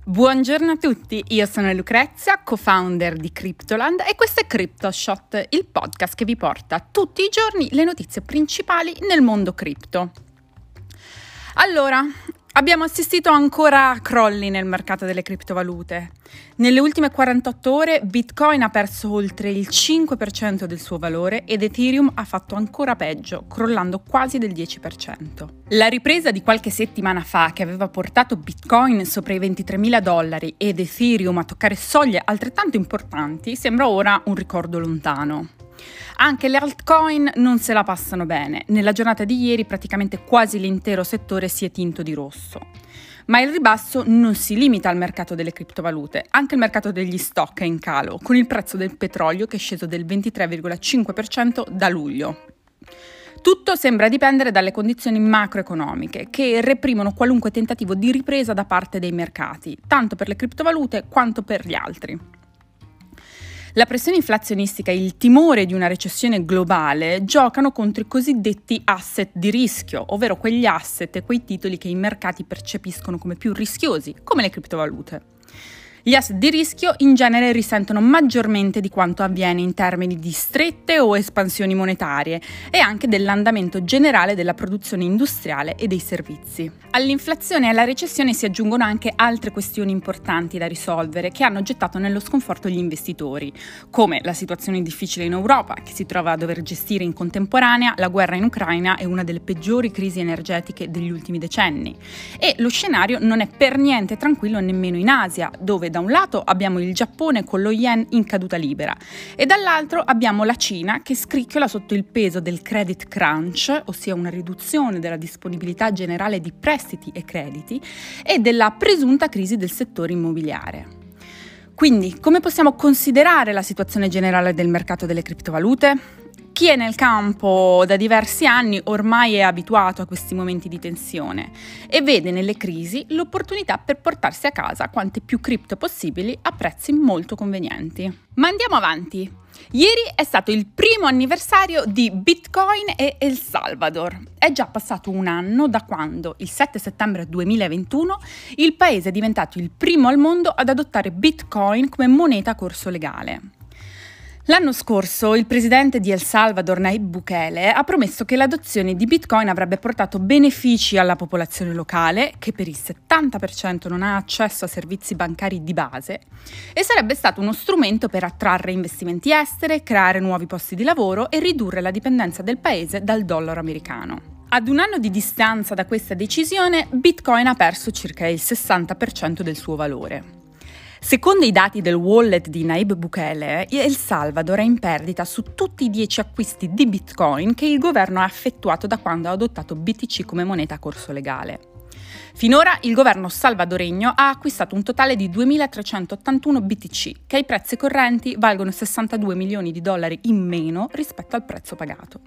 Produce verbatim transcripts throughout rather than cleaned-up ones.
Buongiorno a tutti, io sono Lucrezia, co-founder di Cryptoland e questo è CryptoShot, il podcast che vi porta tutti i giorni le notizie principali nel mondo cripto. Allora, abbiamo assistito ancora a crolli nel mercato delle criptovalute. Nelle ultime quarantotto ore Bitcoin ha perso oltre il cinque per cento del suo valore ed Ethereum ha fatto ancora peggio, crollando quasi del dieci per cento. La ripresa di qualche settimana fa, che aveva portato Bitcoin sopra i ventitremila dollari ed Ethereum a toccare soglie altrettanto importanti, sembra ora un ricordo lontano. Anche le altcoin non se la passano bene. Nella giornata di ieri praticamente quasi l'intero settore si è tinto di rosso. Ma il ribasso non si limita al mercato delle criptovalute, anche il mercato degli stock è in calo, con il prezzo del petrolio che è sceso del ventitré virgola cinque per cento da luglio. Tutto sembra dipendere dalle condizioni macroeconomiche, che reprimono qualunque tentativo di ripresa da parte dei mercati, tanto per le criptovalute quanto per gli altri. La pressione inflazionistica e il timore di una recessione globale giocano contro i cosiddetti asset di rischio, ovvero quegli asset e quei titoli che i mercati percepiscono come più rischiosi, come le criptovalute. Gli asset di rischio in genere risentono maggiormente di quanto avviene in termini di strette o espansioni monetarie e anche dell'andamento generale della produzione industriale e dei servizi. All'inflazione e alla recessione si aggiungono anche altre questioni importanti da risolvere che hanno gettato nello sconforto gli investitori, come la situazione difficile in Europa, che si trova a dover gestire in contemporanea la guerra in Ucraina e una delle peggiori crisi energetiche degli ultimi decenni. E lo scenario non è per niente tranquillo nemmeno in Asia, dove da un lato abbiamo il Giappone con lo yen in caduta libera e dall'altro abbiamo la Cina che scricchiola sotto il peso del credit crunch, ossia una riduzione della disponibilità generale di prestiti e crediti, e della presunta crisi del settore immobiliare. Quindi, come possiamo considerare la situazione generale del mercato delle criptovalute? Chi è nel campo da diversi anni ormai è abituato a questi momenti di tensione e vede nelle crisi l'opportunità per portarsi a casa quante più cripto possibili a prezzi molto convenienti. Ma andiamo avanti. Ieri è stato il primo anniversario di Bitcoin e El Salvador. È già passato un anno da quando, il sette settembre duemilaventuno, il paese è diventato il primo al mondo ad adottare Bitcoin come moneta a corso legale. L'anno scorso il presidente di El Salvador, Nayib Bukele, ha promesso che l'adozione di Bitcoin avrebbe portato benefici alla popolazione locale, che per il settanta per cento non ha accesso a servizi bancari di base, e sarebbe stato uno strumento per attrarre investimenti estere, creare nuovi posti di lavoro e ridurre la dipendenza del paese dal dollaro americano. Ad un anno di distanza da questa decisione, Bitcoin ha perso circa il sessanta per cento del suo valore. Secondo i dati del wallet di Nayib Bukele, El Salvador è in perdita su tutti i dieci acquisti di Bitcoin che il governo ha effettuato da quando ha adottato B T C come moneta a corso legale. Finora il governo salvadoregno ha acquistato un totale di duemilatrecentottantuno B T C, che ai prezzi correnti valgono sessantadue milioni di dollari in meno rispetto al prezzo pagato.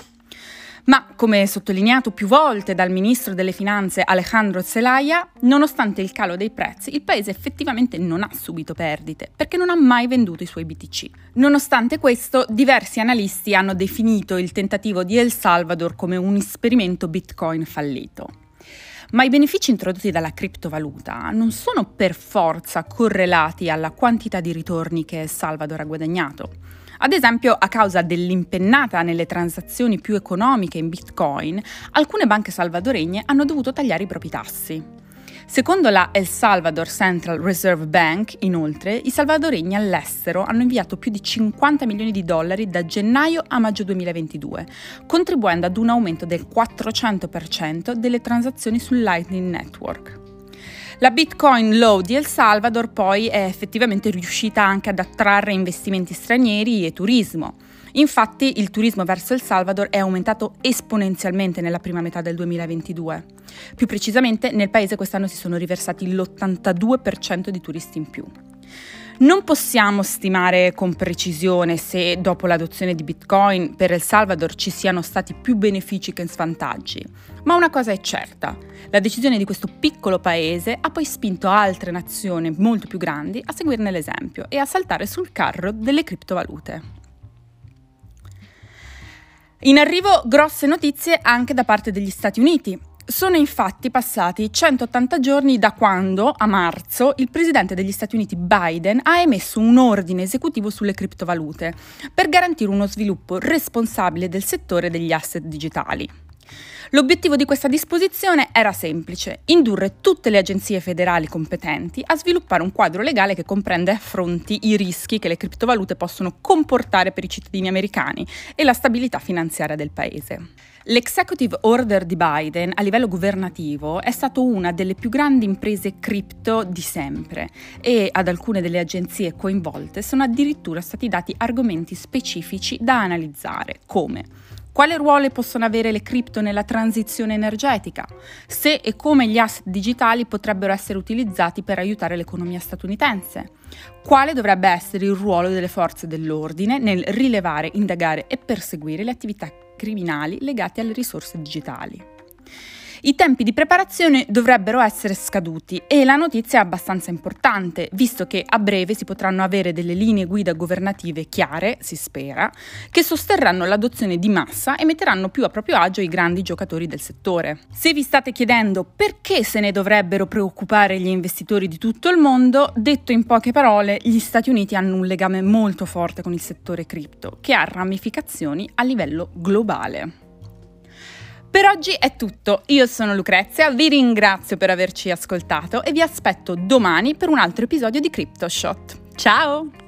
Ma, come sottolineato più volte dal ministro delle finanze Alejandro Zelaya, nonostante il calo dei prezzi, il paese effettivamente non ha subito perdite, perché non ha mai venduto i suoi B T C. Nonostante questo, diversi analisti hanno definito il tentativo di El Salvador come un esperimento Bitcoin fallito. Ma i benefici introdotti dalla criptovaluta non sono per forza correlati alla quantità di ritorni che El Salvador ha guadagnato. Ad esempio, a causa dell'impennata nelle transazioni più economiche in Bitcoin, alcune banche salvadoregne hanno dovuto tagliare i propri tassi. Secondo la El Salvador Central Reserve Bank, inoltre, i salvadoregni all'estero hanno inviato più di cinquanta milioni di dollari da gennaio a maggio duemilaventidue, contribuendo ad un aumento del quattrocento per cento delle transazioni sul Lightning Network. La Bitcoin Law di El Salvador poi è effettivamente riuscita anche ad attrarre investimenti stranieri e turismo. Infatti il turismo verso El Salvador è aumentato esponenzialmente nella prima metà del duemilaventidue. Più precisamente nel paese quest'anno si sono riversati l'ottantadue per cento di turisti in più. Non possiamo stimare con precisione se dopo l'adozione di Bitcoin per El Salvador ci siano stati più benefici che svantaggi, ma una cosa è certa: la decisione di questo piccolo paese ha poi spinto altre nazioni molto più grandi a seguirne l'esempio e a saltare sul carro delle criptovalute. In arrivo grosse notizie anche da parte degli Stati Uniti. Sono infatti passati centottanta giorni da quando, a marzo, il presidente degli Stati Uniti Biden ha emesso un ordine esecutivo sulle criptovalute per garantire uno sviluppo responsabile del settore degli asset digitali. L'obiettivo di questa disposizione era semplice: indurre tutte le agenzie federali competenti a sviluppare un quadro legale che comprenda e affronti i rischi che le criptovalute possono comportare per i cittadini americani e la stabilità finanziaria del paese. L'executive order di Biden a livello governativo è stato una delle più grandi imprese cripto di sempre e ad alcune delle agenzie coinvolte sono addirittura stati dati argomenti specifici da analizzare, come: quale ruolo possono avere le cripto nella transizione energetica? Se e come gli asset digitali potrebbero essere utilizzati per aiutare l'economia statunitense? Quale dovrebbe essere il ruolo delle forze dell'ordine nel rilevare, indagare e perseguire le attività criminali legate alle risorse digitali? I tempi di preparazione dovrebbero essere scaduti e la notizia è abbastanza importante, visto che a breve si potranno avere delle linee guida governative chiare, si spera, che sosterranno l'adozione di massa e metteranno più a proprio agio i grandi giocatori del settore. Se vi state chiedendo perché se ne dovrebbero preoccupare gli investitori di tutto il mondo, detto in poche parole, gli Stati Uniti hanno un legame molto forte con il settore cripto, che ha ramificazioni a livello globale. Per oggi è tutto, io sono Lucrezia, vi ringrazio per averci ascoltato e vi aspetto domani per un altro episodio di CryptoShot. Ciao!